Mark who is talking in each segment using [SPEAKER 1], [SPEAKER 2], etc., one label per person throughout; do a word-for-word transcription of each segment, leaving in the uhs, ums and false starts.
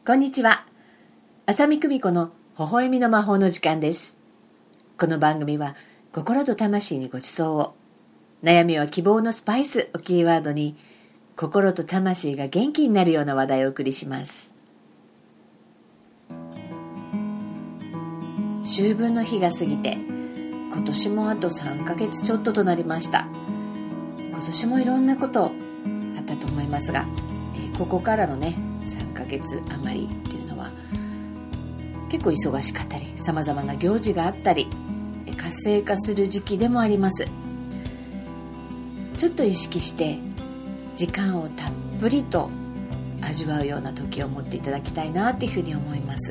[SPEAKER 1] こんにちは。浅見久美子の微笑みの魔法の時間です。この番組は心と魂にご馳走を、悩みは希望のスパイスをキーワードに、心と魂が元気になるような話題をお送りします。秋分の日が過ぎて、今年もあとさんかげつちょっととなりました。今年もいろんなことあったと思いますが、えー、ここからのねさんかげつ余りっていうのは結構忙しかったり、さまざまな行事があったり、活性化する時期でもあります。ちょっと意識して時間をたっぷりと味わうような時を持っていただきたいなっていうふうに思います。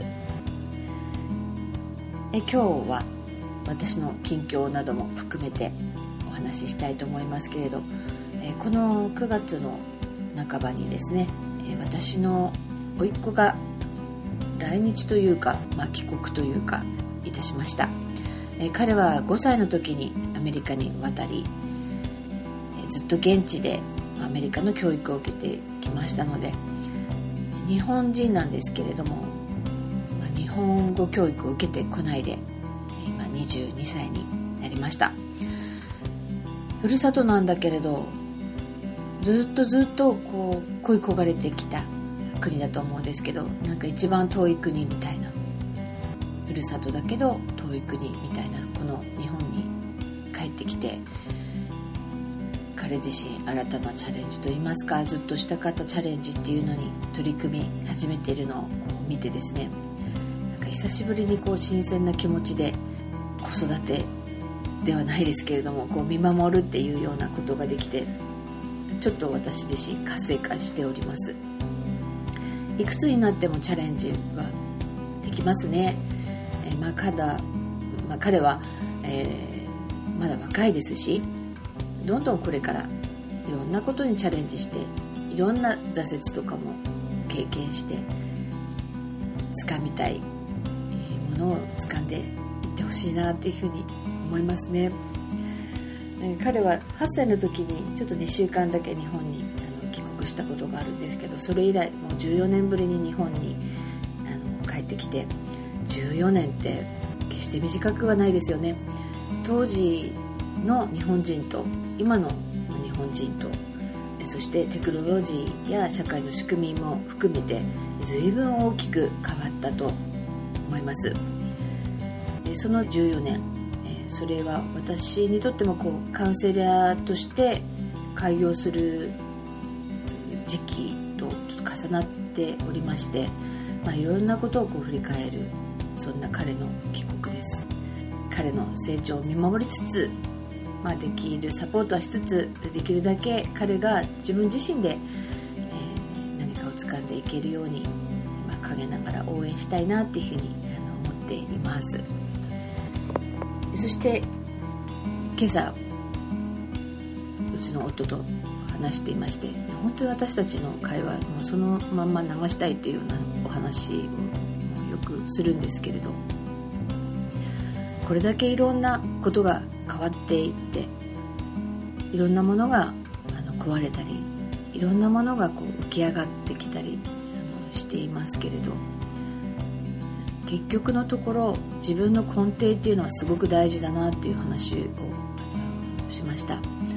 [SPEAKER 1] え今日は私の近況なども含めてお話ししたいと思いますけれど、えこのくがつの半ばにですね、え私の甥っ子が来日というか、まあ、帰国というかいたしました。え彼はごさいの時にアメリカに渡り、えずっと現地でアメリカの教育を受けてきましたので、日本人なんですけれども、まあ、日本語教育を受けてこないで今にじゅうにさいになりました。ふるさとなんだけれど、ずっとずっとこう恋焦がれてきた国だと思うんですけど、なんか一番遠い国みたいな、ふるさとだけど遠い国みたいなこの日本に帰ってきて、彼自身新たなチャレンジといいますか、ずっとしたかったチャレンジっていうのに取り組み始めているのをこう見てですね、なんか久しぶりにこう新鮮な気持ちで子育てではないですけれども、こう見守るっていうようなことができて、ちょっと私自身活性化しております。いくつになってもチャレンジはできますね。えまあ、ただ、まあ、彼は、えー、まだ若いですし、どんどんこれからいろんなことにチャレンジして、いろんな挫折とかも経験して掴みたいものを掴んでいってほしいなっていうふうに思いますね。彼ははっさいの時にちょっとにしゅうかんだけ日本にあの帰国したことがあるんですけど、それ以来もうじゅうよねんぶりに日本にあの帰ってきて、じゅうよねんって決して短くはないですよね。当時の日本人と今の日本人と、そしてテクノロジーや社会の仕組みも含めて随分大きく変わったと思います。そのじゅうよねん、それは私にとってもこうカウンセラーとして開業する時期とちょっと重なっておりまして、まあ、いろんなことをこう振り返る、そんな彼の帰国です。彼の成長を見守りつつ、まあ、できるサポートはしつつ、できるだけ彼が自分自身で、えー、何かを掴んでいけるように、まあ、陰ながら応援したいなっていうふうにあの思っています。そして今朝うちの夫と話していまして、本当に私たちの会話もそのまんま流したいというようなお話をよくするんですけれど、これだけいろんなことが変わっていって、いろんなものがあの壊れたり、いろんなものがこう浮き上がってきたりあのしていますけれど、結局のところ自分の根底っていうのはすごく大事だなっていう話をしました。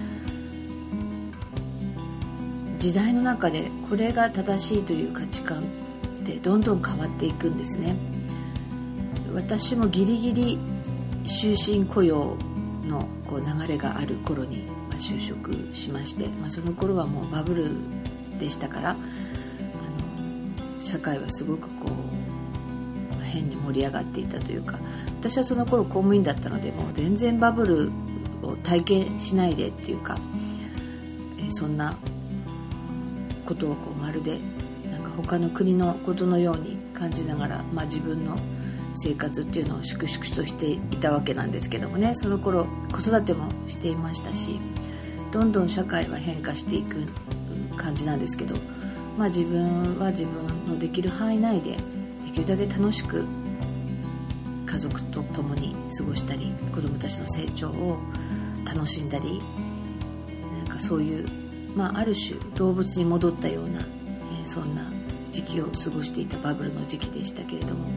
[SPEAKER 1] 時代の中でこれが正しいという価値観ってどんどん変わっていくんですね。私もギリギリ終身雇用のこう流れがある頃に就職しまして、まあ、その頃はもうバブルでしたから、あの社会はすごくこう変に盛り上がっていたというか、私はその頃公務員だったので、もう全然バブルを体験しないでっていうか、えそんなことをこうまるでなんか他の国のことのように感じながら、まあ、自分の生活っていうのを粛々としていたわけなんですけどもね、その頃子育てもしていましたし、どんどん社会は変化していく感じなんですけど、まあ、自分は自分のできる範囲内でできるだけ楽しく家族と共に過ごしたり、子どもたちの成長を楽しんだり、なんかそういう、まあ、ある種動物に戻ったような、えー、そんな時期を過ごしていたバブルの時期でしたけれども、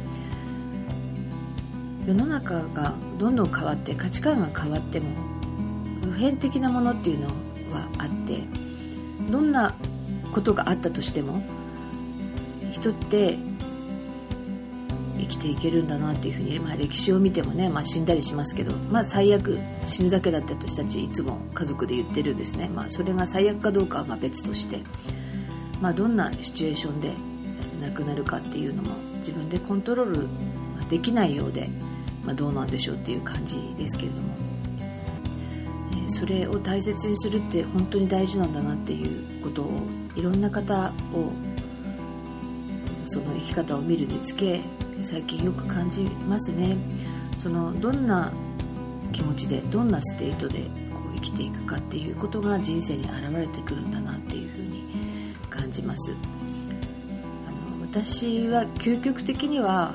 [SPEAKER 1] 世の中がどんどん変わって価値観が変わっても普遍的なものっていうのはあって、どんなことがあったとしても人って生きていけるんだなっていうふうに、まあ、歴史を見てもね、まあ、死んだりしますけど、まあ、最悪死ぬだけだった私たちいつも家族で言ってるんですね。まあ、それが最悪かどうかはまあ別として、まあ、どんなシチュエーションで亡くなるかっていうのも自分でコントロールできないようで、まあ、どうなんでしょうっていう感じですけれども、えー、それを大切にするって本当に大事なんだなっていうことをいろんな方をその生き方を見るにつけ最近よく感じますね。そのどんな気持ちでどんなステートでこう生きていくかっていうことが人生に現れてくるんだなっていうふうに感じます。あの私は究極的には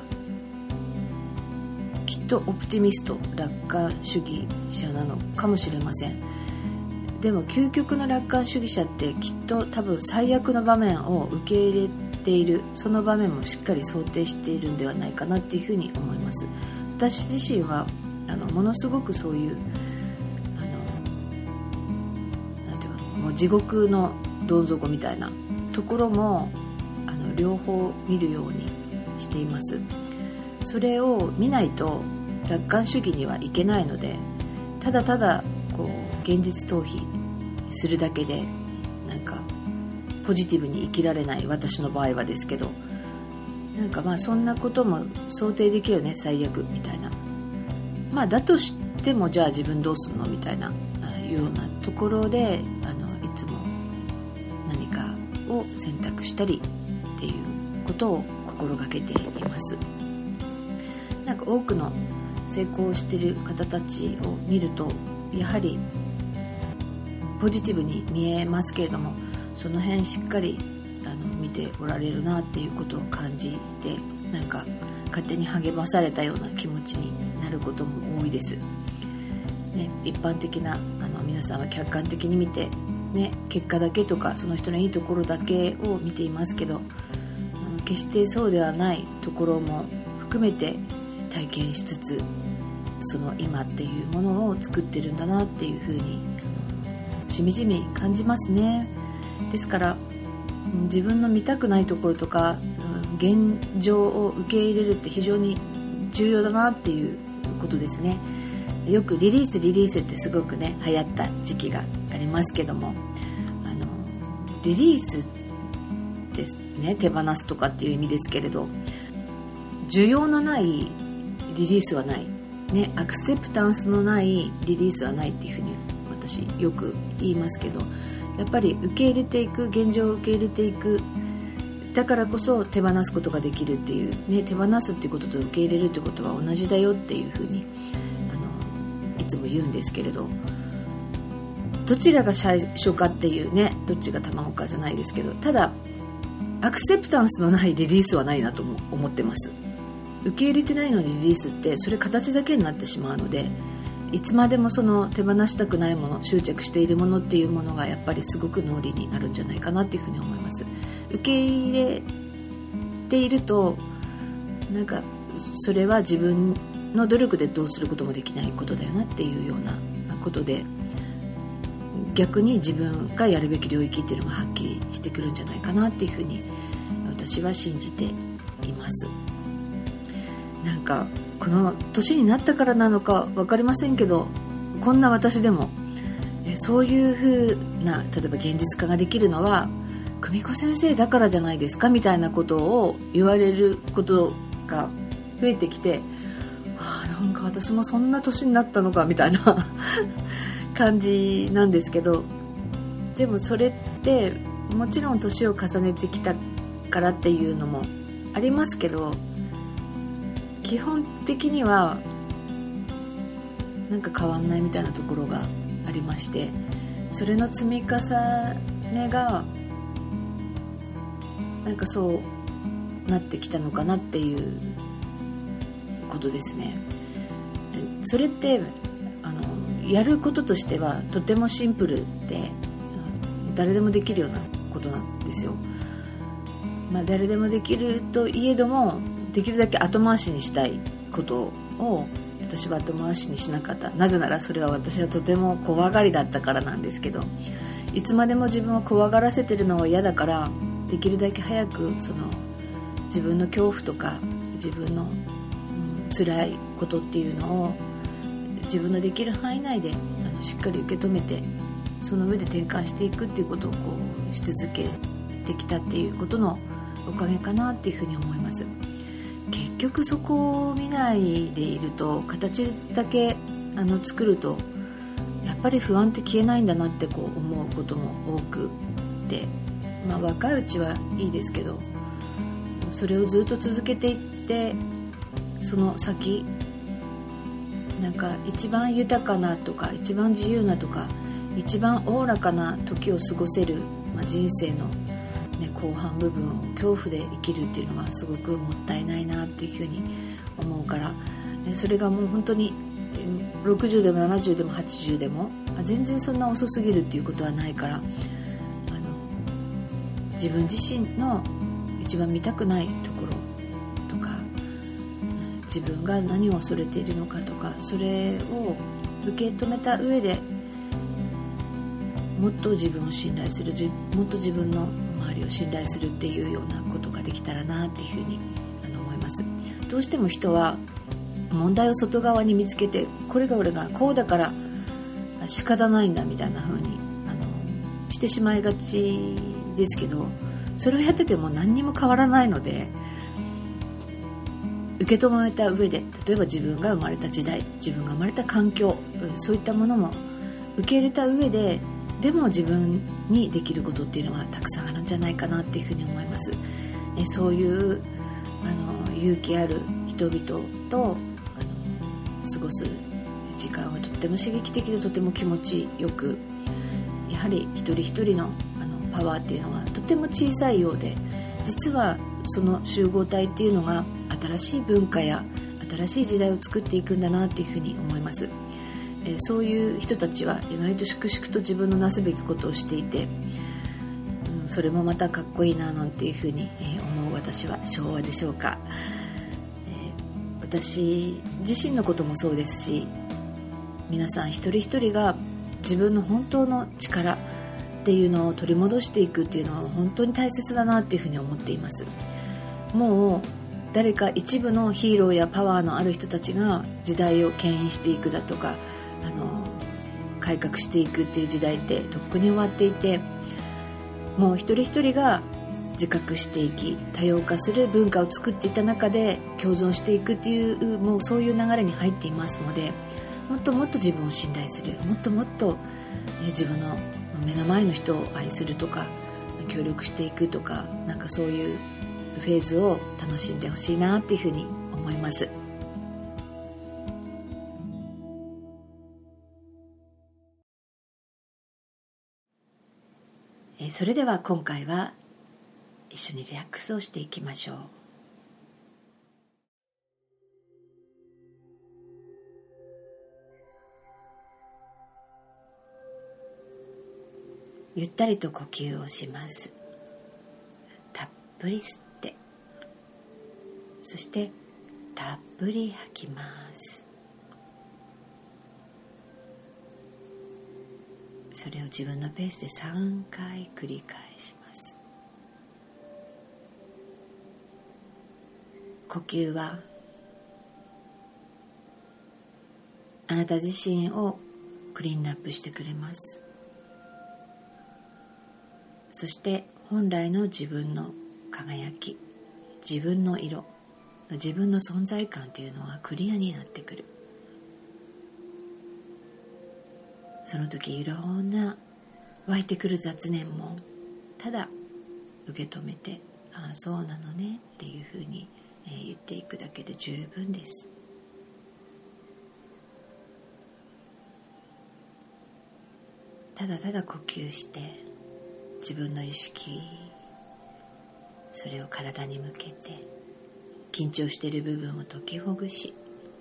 [SPEAKER 1] きっとオプティミスト楽観主義者なのかもしれません。でも究極の楽観主義者ってきっと多分最悪の場面を受け入れている、その場面もしっかり想定しているんではないかなっていうふうに思います。私自身はあのものすごくそういうあのなんていうの、もう地獄のどん底みたいなところもあの両方見るようにしています。それを見ないと楽観主義にはいけないので、ただただこう現実逃避するだけでなんかポジティブに生きられない私の場合はですけど、なんかまあそんなことも想定できるよね最悪みたいな、まあだとしてもじゃあ自分どうすんのみたいないうようなところであのいつも何かを選択したりっていうことを心がけています。なんか多くの成功している方たちを見るとやはりポジティブに見えますけれども、その辺しっかりあの見ておられるなっていうことを感じて、なんか勝手に励まされたような気持ちになることも多いです、ね、一般的なあの皆さんは客観的に見て、ね、結果だけとかその人のいいところだけを見ていますけど、うん、決してそうではないところも含めて体験しつつ、その今っていうものを作ってるんだなっていうふうにあのしみじみ感じますね。ですから自分の見たくないところとか現状を受け入れるって非常に重要だなっていうことですね。よくリリースリリースってすごくね流行った時期がありますけども、あのリリースってね手放すとかっていう意味ですけれど、需要のないリリースはないね、アクセプタンスのないリリースはないっていうふうに私よく言いますけど、やっぱり受け入れていく、現状を受け入れていく、だからこそ手放すことができるっていう、ね、手放すっていうことと受け入れるってことは同じだよっていうふうにあのいつも言うんですけれど、どちらが最初かっていうね、どっちが卵かじゃないですけど、ただアクセプタンスのないリリースはないなとも思ってます。受け入れてないのにリリースってそれ形だけになってしまうので、いつまでもその手放したくないもの、執着しているものっていうものがやっぱりすごく脳裏にあるんじゃないかなっていうふうに思います。受け入れているとなんかそれは自分の努力でどうすることもできないことだよなっていうようなことで、逆に自分がやるべき領域っていうのがはっきりしてくるんじゃないかなっていうふうに私は信じています。なんかこの年になったからなのか分かりませんけど、こんな私でもえそういう風な例えば現実化ができるのは久美子先生だからじゃないですかみたいなことを言われることが増えてきて、はあ、なんか私もそんな年になったのかみたいな感じなんですけど、でもそれってもちろん年を重ねてきたからっていうのもありますけど、基本的にはなんか変わんないみたいなところがありまして、それの積み重ねがなんかそうなってきたのかなっていうことですね。それってあのやることとしてはとてもシンプルで誰でもできるようなことなんですよ。 まあ、誰でもできるといえどもできるだけ後回しにしたいことを私は後回しにしなかった。なぜならそれは私はとても怖がりだったからなんですけど、いつまでも自分を怖がらせてるのは嫌だから、できるだけ早くその自分の恐怖とか自分の、うん、辛いことっていうのを自分のできる範囲内であのしっかり受け止めて、その上で転換していくっていうことをこうし続けてきたっていうことのおかげかなっていうふうに思います。結局そこを見ないでいると、形だけあの作るとやっぱり不安って消えないんだなってこう思うことも多くて、まあ、若いうちはいいですけど、それをずっと続けていってその先なんか一番豊かなとか一番自由なとか一番おおらかな時を過ごせる、まあ、人生の、ね、後半部分を恐怖で生きるっていうのはすごくもったいないなっていうふうに思うから、それがもう本当にろくじゅうでもななじゅうでもはちじゅうでも全然そんな遅すぎるっていうことはないから、あの自分自身の一番見たくないところとか、自分が何を恐れているのかとか、それを受け止めた上でもっと自分を信頼する、もっと自分の周りを信頼するっていうようなことができたらなっていうふうにあの思います。どうしても人は問題を外側に見つけて、これが俺がこうだから仕方ないんだみたいな風にあのしてしまいがちですけど、それをやってても何にも変わらないので、受け止めた上で、例えば自分が生まれた時代、自分が生まれた環境、そういったものも受け入れた上で、でも自分にできることっていうのはたくさんあるんじゃないかなっていうふうに思います。えそういうあの勇気ある人々とあの過ごす時間はとっても刺激的でとても気持ちよく、やはり一人一人の、あのパワーっていうのはとても小さいようで、実はその集合体っていうのが新しい文化や新しい時代を作っていくんだなっていうふうに思います。えー、そういう人たちは意外と粛々と自分のなすべきことをしていて、うん、それもまたかっこいいななんていうふうに、えー、思う私は昭和でしょうか。えー、私自身のこともそうですし、皆さん一人一人が自分の本当の力っていうのを取り戻していくっていうのは本当に大切だなっていうふうに思っています。もう誰か一部のヒーローやパワーのある人たちが時代を牽引していくだとか、あの改革していくっていう時代ってとっくに終わっていて、もう一人一人が自覚していき、多様化する文化を作っていた中で共存していくっていう、もうそういう流れに入っていますので、もっともっと自分を信頼する、もっともっと自分の目の前の人を愛するとか協力していくとか、なんかそういうフェーズを楽しんでほしいなっていうふうに思います。えそれでは今回は一緒にリラックスをしていきましょう。ゆったりと呼吸をします。たっぷり吸って、そしてたっぷり吐きます。それを自分のペースでさんかい繰り返します。呼吸はあなた自身をクリーンアップしてくれます。そして本来の自分の輝き、自分の色、自分の存在感というのはクリアになってくる。その時いろんな湧いてくる雑念もただ受け止めて、ああそうなのねっていうふうに言っていくだけで十分です。ただただ呼吸して自分の意識、それを体に向けて緊張している部分を解きほぐし、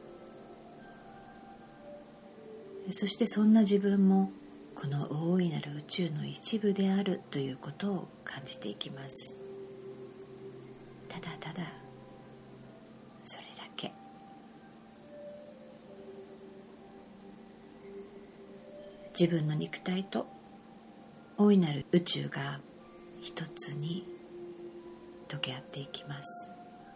[SPEAKER 1] そしてそんな自分もこの大いなる宇宙の一部であるということを感じていきます。 ただただそれだけ。自分の肉体と大いなる宇宙が一つに溶け合っていきます。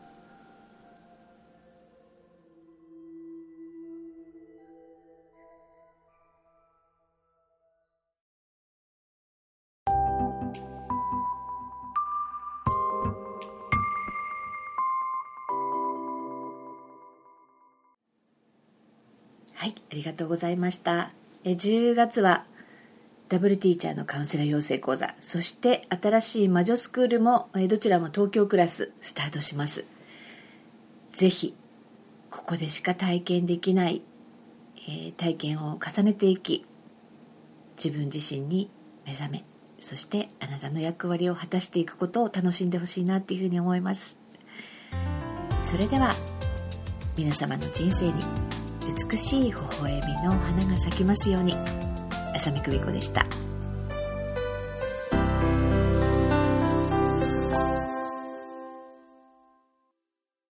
[SPEAKER 1] はい、ありがとうございました。えじゅうがつはダブルティーチャーのカウンセラー養成講座、そして新しい魔女スクールもどちらも東京クラススタートします。ぜひここでしか体験できない、えー、体験を重ねていき、自分自身に目覚め、そしてあなたの役割を果たしていくことを楽しんでほしいなっていうふうに思います。それでは皆様の人生に美しい微笑みの花が咲きますように。浅見久美子でした。